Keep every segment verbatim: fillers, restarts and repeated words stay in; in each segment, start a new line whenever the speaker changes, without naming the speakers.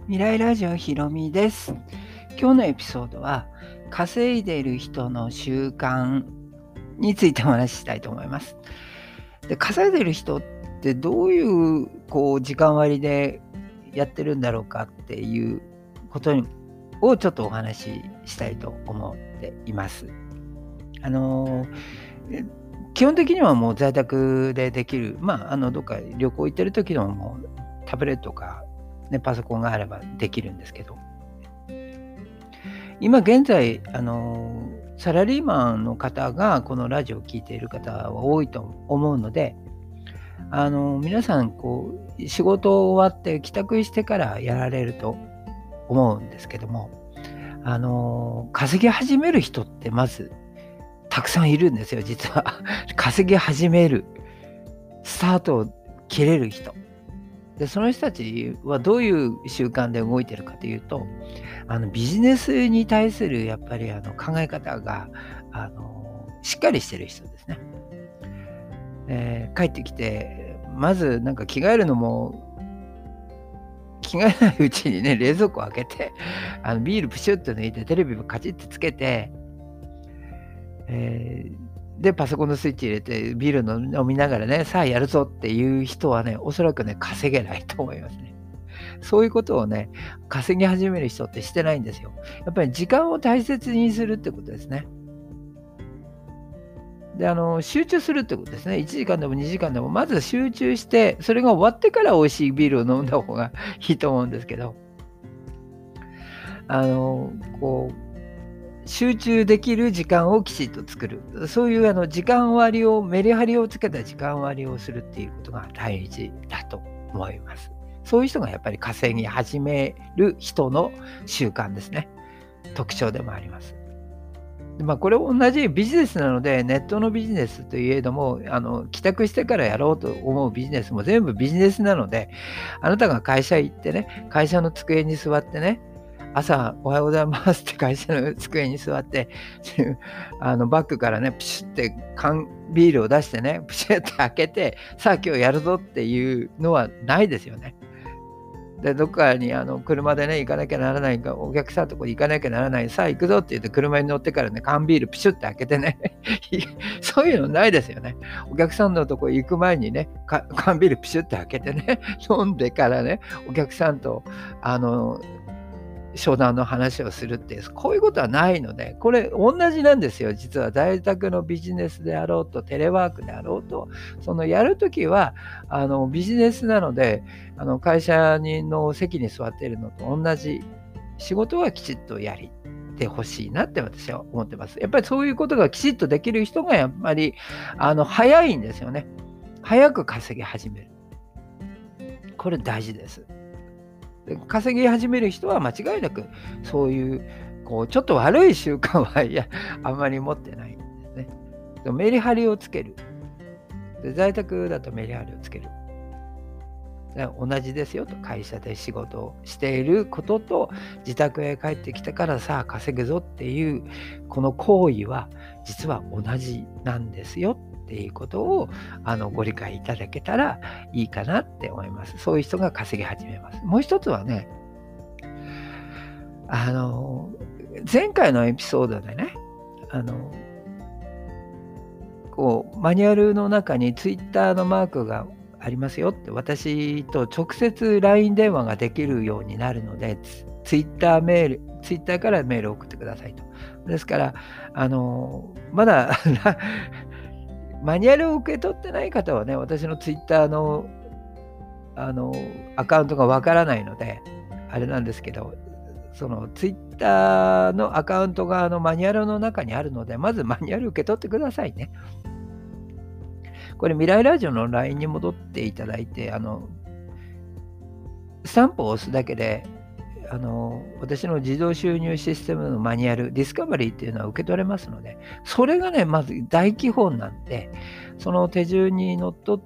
未来ラジオひろみです。今日のエピソードは稼いでいる人の習慣についてお話ししたいと思います。で、稼いでいる人ってどういうこう時間割でやってるんだろうかっていうことにをちょっとお話ししたいと思っています。あのえ基本的にはもう在宅でできる、まあ、あのどっか旅行行ってる時でももうタブレットか、ね、パソコンがあればできるんですけど、今現在、あのサラリーマンの方がこのラジオを聞いている方は多いと思うので、あの皆さんこう仕事終わって帰宅してからやられると思うんですけども、あの稼ぎ始める人ってまずたくさんいるんですよ、実は。稼ぎ始める、スタートを切れる人。で、その人たちはどういう習慣で動いてるかというと、あのビジネスに対するやっぱりあの考え方があのしっかりしてる人ですね。えー帰ってきて、まずなんか着替えるのも、着替えないうちにね、冷蔵庫開けて、あのビールプシュッと抜いて、テレビもカチッてつけて、えーで、パソコンのスイッチ入れて、ビールの飲みながらね、さあやるぞっていう人はね、おそらくね、稼げないと思いますね。そういうことをね、稼ぎ始める人ってしてないんですよ。やっぱり時間を大切にするってことですね。で、あの、集中するってことですね。いちじかんでもにじかんでも、まず集中して、それが終わってから美味しいビールを飲んだ方がいいと思うんですけど、あの、こう、集中できる時間をきちっと作る。そういうあの時間割を、メリハリをつけた時間割をするっていうことが大事だと思います。そういう人がやっぱり稼ぎ始める人の習慣ですね。特徴でもあります。で、まあ、これ同じビジネスなので、ネットのビジネスといえども、あの、帰宅してからやろうと思うビジネスも全部ビジネスなので、あなたが会社行ってね、会社の机に座ってね、朝おはようございますって会社の机に座って、あのバッグからね、プシュって缶ビールを出してね、プシュって開けて、さあ今日やるぞっていうのはないですよね。で、どっかにあの車でね、行かなきゃならないか、お客さんとこ行かなきゃならない、さあ行くぞって言って車に乗ってからね、缶ビールプシュって開けてね、そういうのないですよね。お客さんのとこ行く前にね、か缶ビールプシュって開けてね、飲んでからね、お客さんとあの商談の話をするっていう、こういうことはないので、これ同じなんですよ。実は在宅のビジネスであろうと、テレワークであろうと、そのやるときは、あの、ビジネスなので、あの、会社にの席に座っているのと同じ、仕事はきちっとやりてほしいなって私は思ってます。やっぱりそういうことがきちっとできる人がやっぱり、あの、早いんですよね。早く稼ぎ始める。これ大事です。で、稼ぎ始める人は間違いなく、そういう、こう、ちょっと悪い習慣は、いや、あんまり持ってないんですね。でもメリハリをつける。で、在宅だとメリハリをつける。で、同じですよと、会社で仕事をしていることと、自宅へ帰ってきてからさあ稼ぐぞっていう、この行為は実は同じなんですよっていうことを、あの、ご理解いただけたらいいかなって思います。そういう人が稼ぎ始めます。もう一つはね、あの、前回のエピソードでね、あの、こう、マニュアルの中にツイッターのマークがありますよって、私と直接 ライン 電話ができるようになるので、ツツイッターメール、ツイッターからメールを送ってくださいと。ですから、あの、まだマニュアルを受け取ってない方はね、私のツイッターの、あの、アカウントがわからないので、あれなんですけど、そのツイッターのアカウントがあのマニュアルの中にあるので、まずマニュアル受け取ってくださいね。これ未来ラジオの ライン に戻っていただいて、あの、スタンプを押すだけで、あの、私の自動収入システムのマニュアル、ディスカバリーっていうのは受け取れますので、それがね、まず大基本なんで、その手順にのっとって、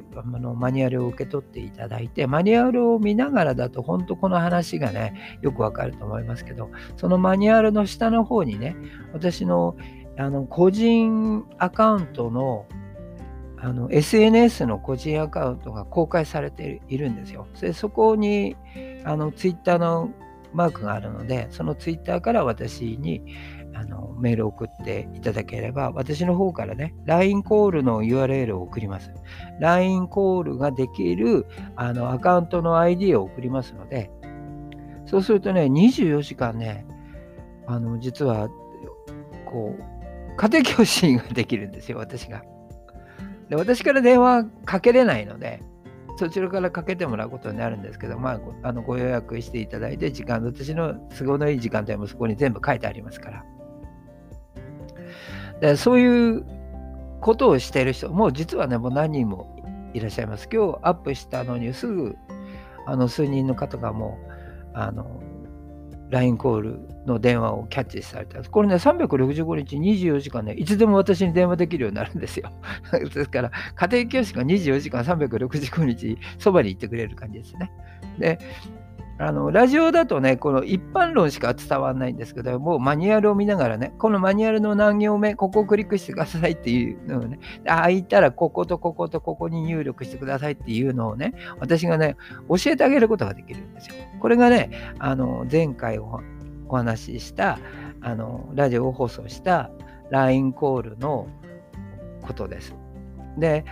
あの、マニュアルを受け取っていただいて、マニュアルを見ながらだと、本当この話がね、よくわかると思いますけど、そのマニュアルの下の方にね、私の、あの、個人アカウントのあの エスエヌエス の個人アカウントが公開されているんですよ。でそこにあの Twitter のマークがあるので、その Twitter から私にあのメールを送っていただければ、私の方からね、ライン コールの ユーアールエル を送ります。ライン コールができるあのアカウントの アイディー を送りますので、そうするとね、にじゅうよじかんね、あの実はこう家庭教師ができるんですよ、私が。で私から電話かけれないので、そちらからかけてもらうことになるんですけど、まあ、ごあのご予約していただいて、時間、私の都合のいい時間帯もそこに全部書いてありますから。でそういうことをしている人、もう実はね、もう何人もいらっしゃいます。今日アップしたのにすぐ、あの数人の方がもう、あの、ライン コールの電話をキャッチされた。これね、さんびゃくろくじゅうごにちにじゅうよじかんね、いつでも私に電話できるようになるんですよ。ですから、家庭教師がにじゅうよじかんさんびゃくろくじゅうごにちそばにいてくれる感じですね。で、あのラジオだとね、この一般論しか伝わらないんですけど、もうマニュアルを見ながらね、このマニュアルの何行目、ここをクリックしてくださいっていうのをね、ああ、言ったらこことこことここに入力してくださいっていうのをね、私がね、教えてあげることができるんですよ。これがね、あの前回おお話しした、あのラジオ放送した ライン コールのことです。で、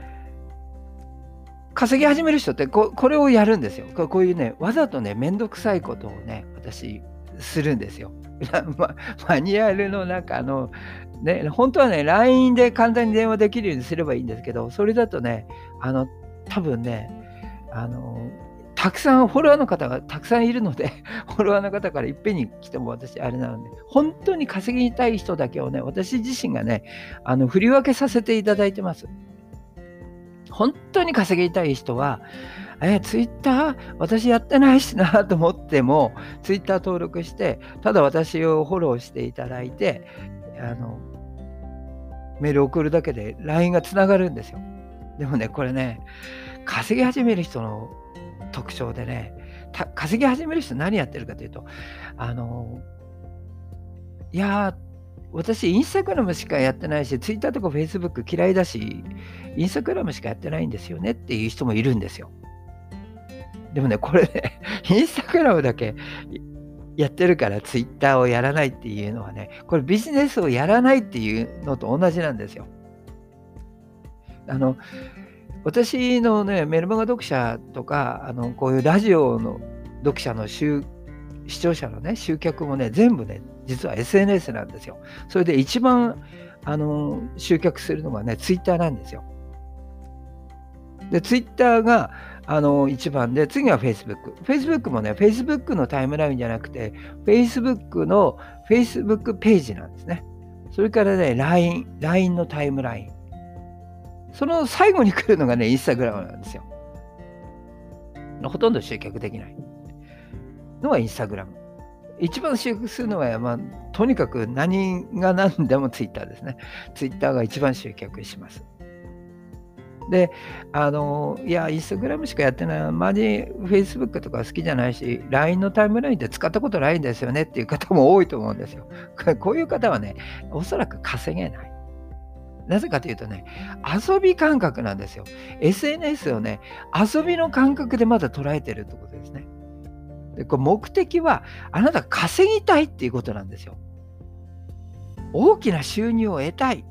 稼ぎ始める人ってここれをやるんですよ。ここういうね、わざとね、めんどくさいことをね、私するんですよ。ま、マニュアルの中の、ね、本当はね、ライン で簡単に電話できるようにすればいいんですけど、それだとね、あの、多分ね、あの、たくさんフォロワーの方がたくさんいるので、フォロワーの方からいっぺんに来ても私あれなので、本当に稼ぎたい人だけをね、私自身がね、あの、振り分けさせていただいてます。本当に稼ぎたい人は、え、ツイッター私やってないしなと思っても、ツイッター登録して、ただ私をフォローしていただいて、あの、メールを送るだけで ライン がつながるんですよ。でもね、これね、稼ぎ始める人の特徴でね、た稼ぎ始める人何やってるかというと、あの、いやー、私、インスタグラムしかやってないし、ツイッターとかフェイスブック嫌いだし、インスタグラムしかやってないんですよねっていう人もいるんですよ。でもね、これね、インスタグラムだけやってるからツイッターをやらないっていうのはね、これビジネスをやらないっていうのと同じなんですよ。あの、私のね、メルマガ読者とか、あの、こういうラジオの読者の集視聴者のね、集客もね、全部ね、実は エスエヌエス なんですよ。それで一番、あの、集客するのがね、ツイッターなんですよ。で、ツイッターが、あの、一番で、次はフェイスブック。フェイスブックもね、フェイスブックのタイムラインじゃなくて、フェイスブックのフェイスブックページなんですね。それからね、ライン、ライン のタイムライン。その最後に来るのがね、インスタグラムなんですよ。ほとんど集客できないのはインスタグラム。一番集客するのは、まあ、とにかく何が何でもツイッターですね。ツイッターが一番集客します。で、あの、いや、インスタグラムしかやってない、マジフェイスブックとか好きじゃないし、ライン のタイムラインで使ったことないんですよねっていう方も多いと思うんですよ。こういう方はね、おそらく稼げない。なぜかというとね、遊び感覚なんですよ。エスエヌエス をね、遊びの感覚でまだ捉えてるってことですね。で、これ目的は、あなたが稼ぎたいっていうことなんですよ。大きな収入を得たい。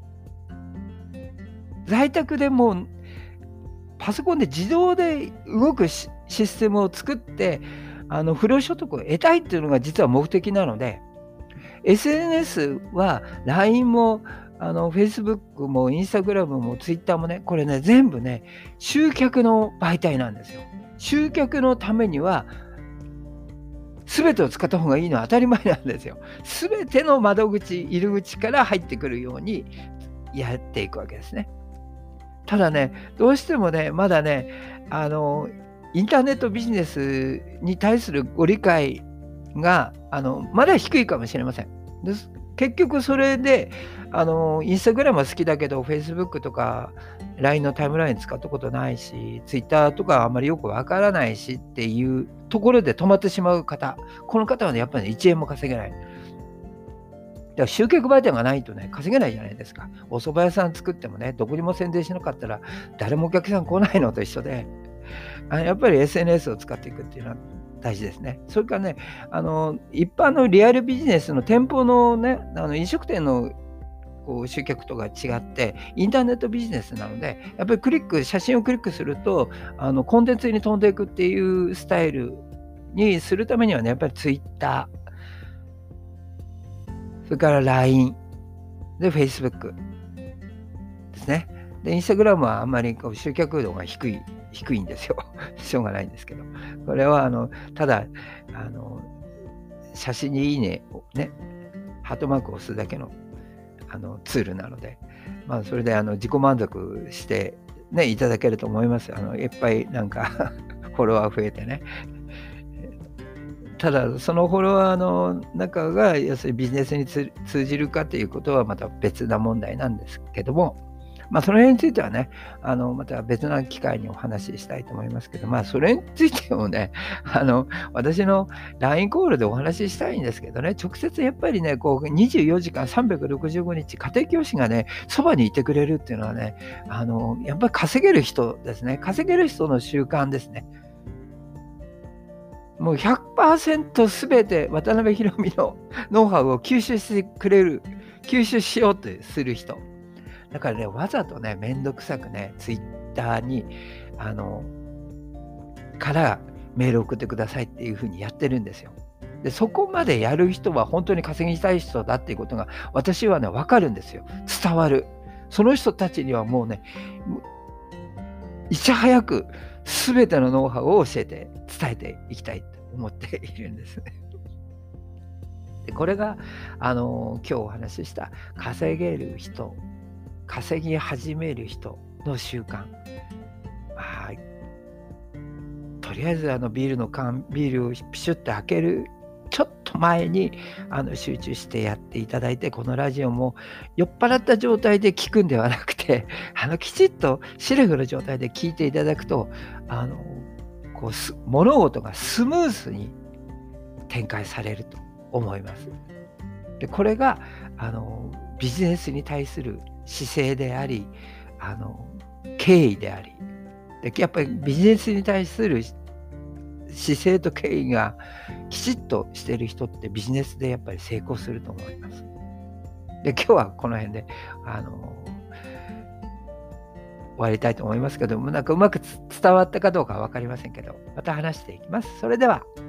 在宅でもうパソコンで自動で動くシシステムを作って、あの不労所得を得たいっていうのが実は目的なので、エスエヌエス は ライン もあの Facebook も Instagram も Twitter もね、これね、全部ね、集客の媒体なんですよ。集客のためには、全てを使った方がいいのは当たり前なんですよ。全ての窓口、入り口から入ってくるようにやっていくわけですね。ただね、どうしてもね、まだね、あの、インターネットビジネスに対するご理解が、あの、まだ低いかもしれません。です。結局それで、あの、インスタグラムは好きだけど、Facebook とか ライン のタイムライン使ったことないし、Twitter とかあまりよくわからないしっていうところで止まってしまう方、この方はね、やっぱり、ね、いちえんも稼げない。 から集客媒体がないとね、稼げないじゃないですか。お蕎麦屋さん作ってもね、どこにも宣伝しなかったら、誰もお客さん来ないのと一緒で、あやっぱり エスエヌエス を使っていくっていうのは大事ですね。それからね、あの一般のリアルビジネスの店舗のね、あの飲食店のこう集客とか違って、インターネットビジネスなので、やっぱりクリック、写真をクリックすると、あのコンテンツに飛んでいくっていうスタイルにするためにはね、やっぱり Twitter、それから ライン、で Facebook ですね。で、Instagram はあんまりこう集客度が低い、低いんですよ。しょうがないんですけど。これはあのただあの写真にいいねをね、ハートマークを押すだけのあのツールなので、まあ、それであの自己満足して、ね、いただけると思います。あのいっぱいなんかフォロワー増えてね。ただそのフォロワーの中が要するにビジネスに通じるかということはまた別な問題なんですけども、まあ、その辺についてはね、あのまた別な機会にお話ししたいと思いますけど、まあ、それについてもね、あの私の ライン コールでお話ししたいんですけどね、直接やっぱりね、こうにじゅうよじかんさんびゃくろくじゅうごにち家庭教師がね、そばにいてくれるっていうのはね、あのやっぱり稼げる人ですね、稼げる人の習慣ですね。もう ひゃくパーセント 全て渡辺裕美のノウハウを吸収してくれる、吸収しようとする人。だからね、わざとね、めんどくさくね、ツイッターに、あの、からメール送ってくださいっていうふうにやってるんですよ。で、そこまでやる人は本当に稼ぎたい人だっていうことが、私はね、わかるんですよ。伝わる。その人たちにはもうね、いち早く全てのノウハウを教えて、伝えていきたいと思っているんですね。でこれが、あの、今日お話しした稼げる人、稼ぎ始める人の習慣。まあ、とりあえずあのビールの缶、ビールをピシュッと開けるちょっと前にあの集中してやっていただいて、このラジオも酔っ払った状態で聞くんではなくて、あのきちっとシラフの状態で聞いていただくと、あのこうす物事がスムースに展開されると思います。でこれがあのビジネスに対する姿勢であり、あの敬意であり、でやっぱりビジネスに対する姿勢と敬意がきちっとしている人ってビジネスでやっぱり成功すると思います。で今日はこの辺であの終わりたいと思いますけども、なんかうまく伝わったかどうかは分かりませんけど、また話していきます。それでは。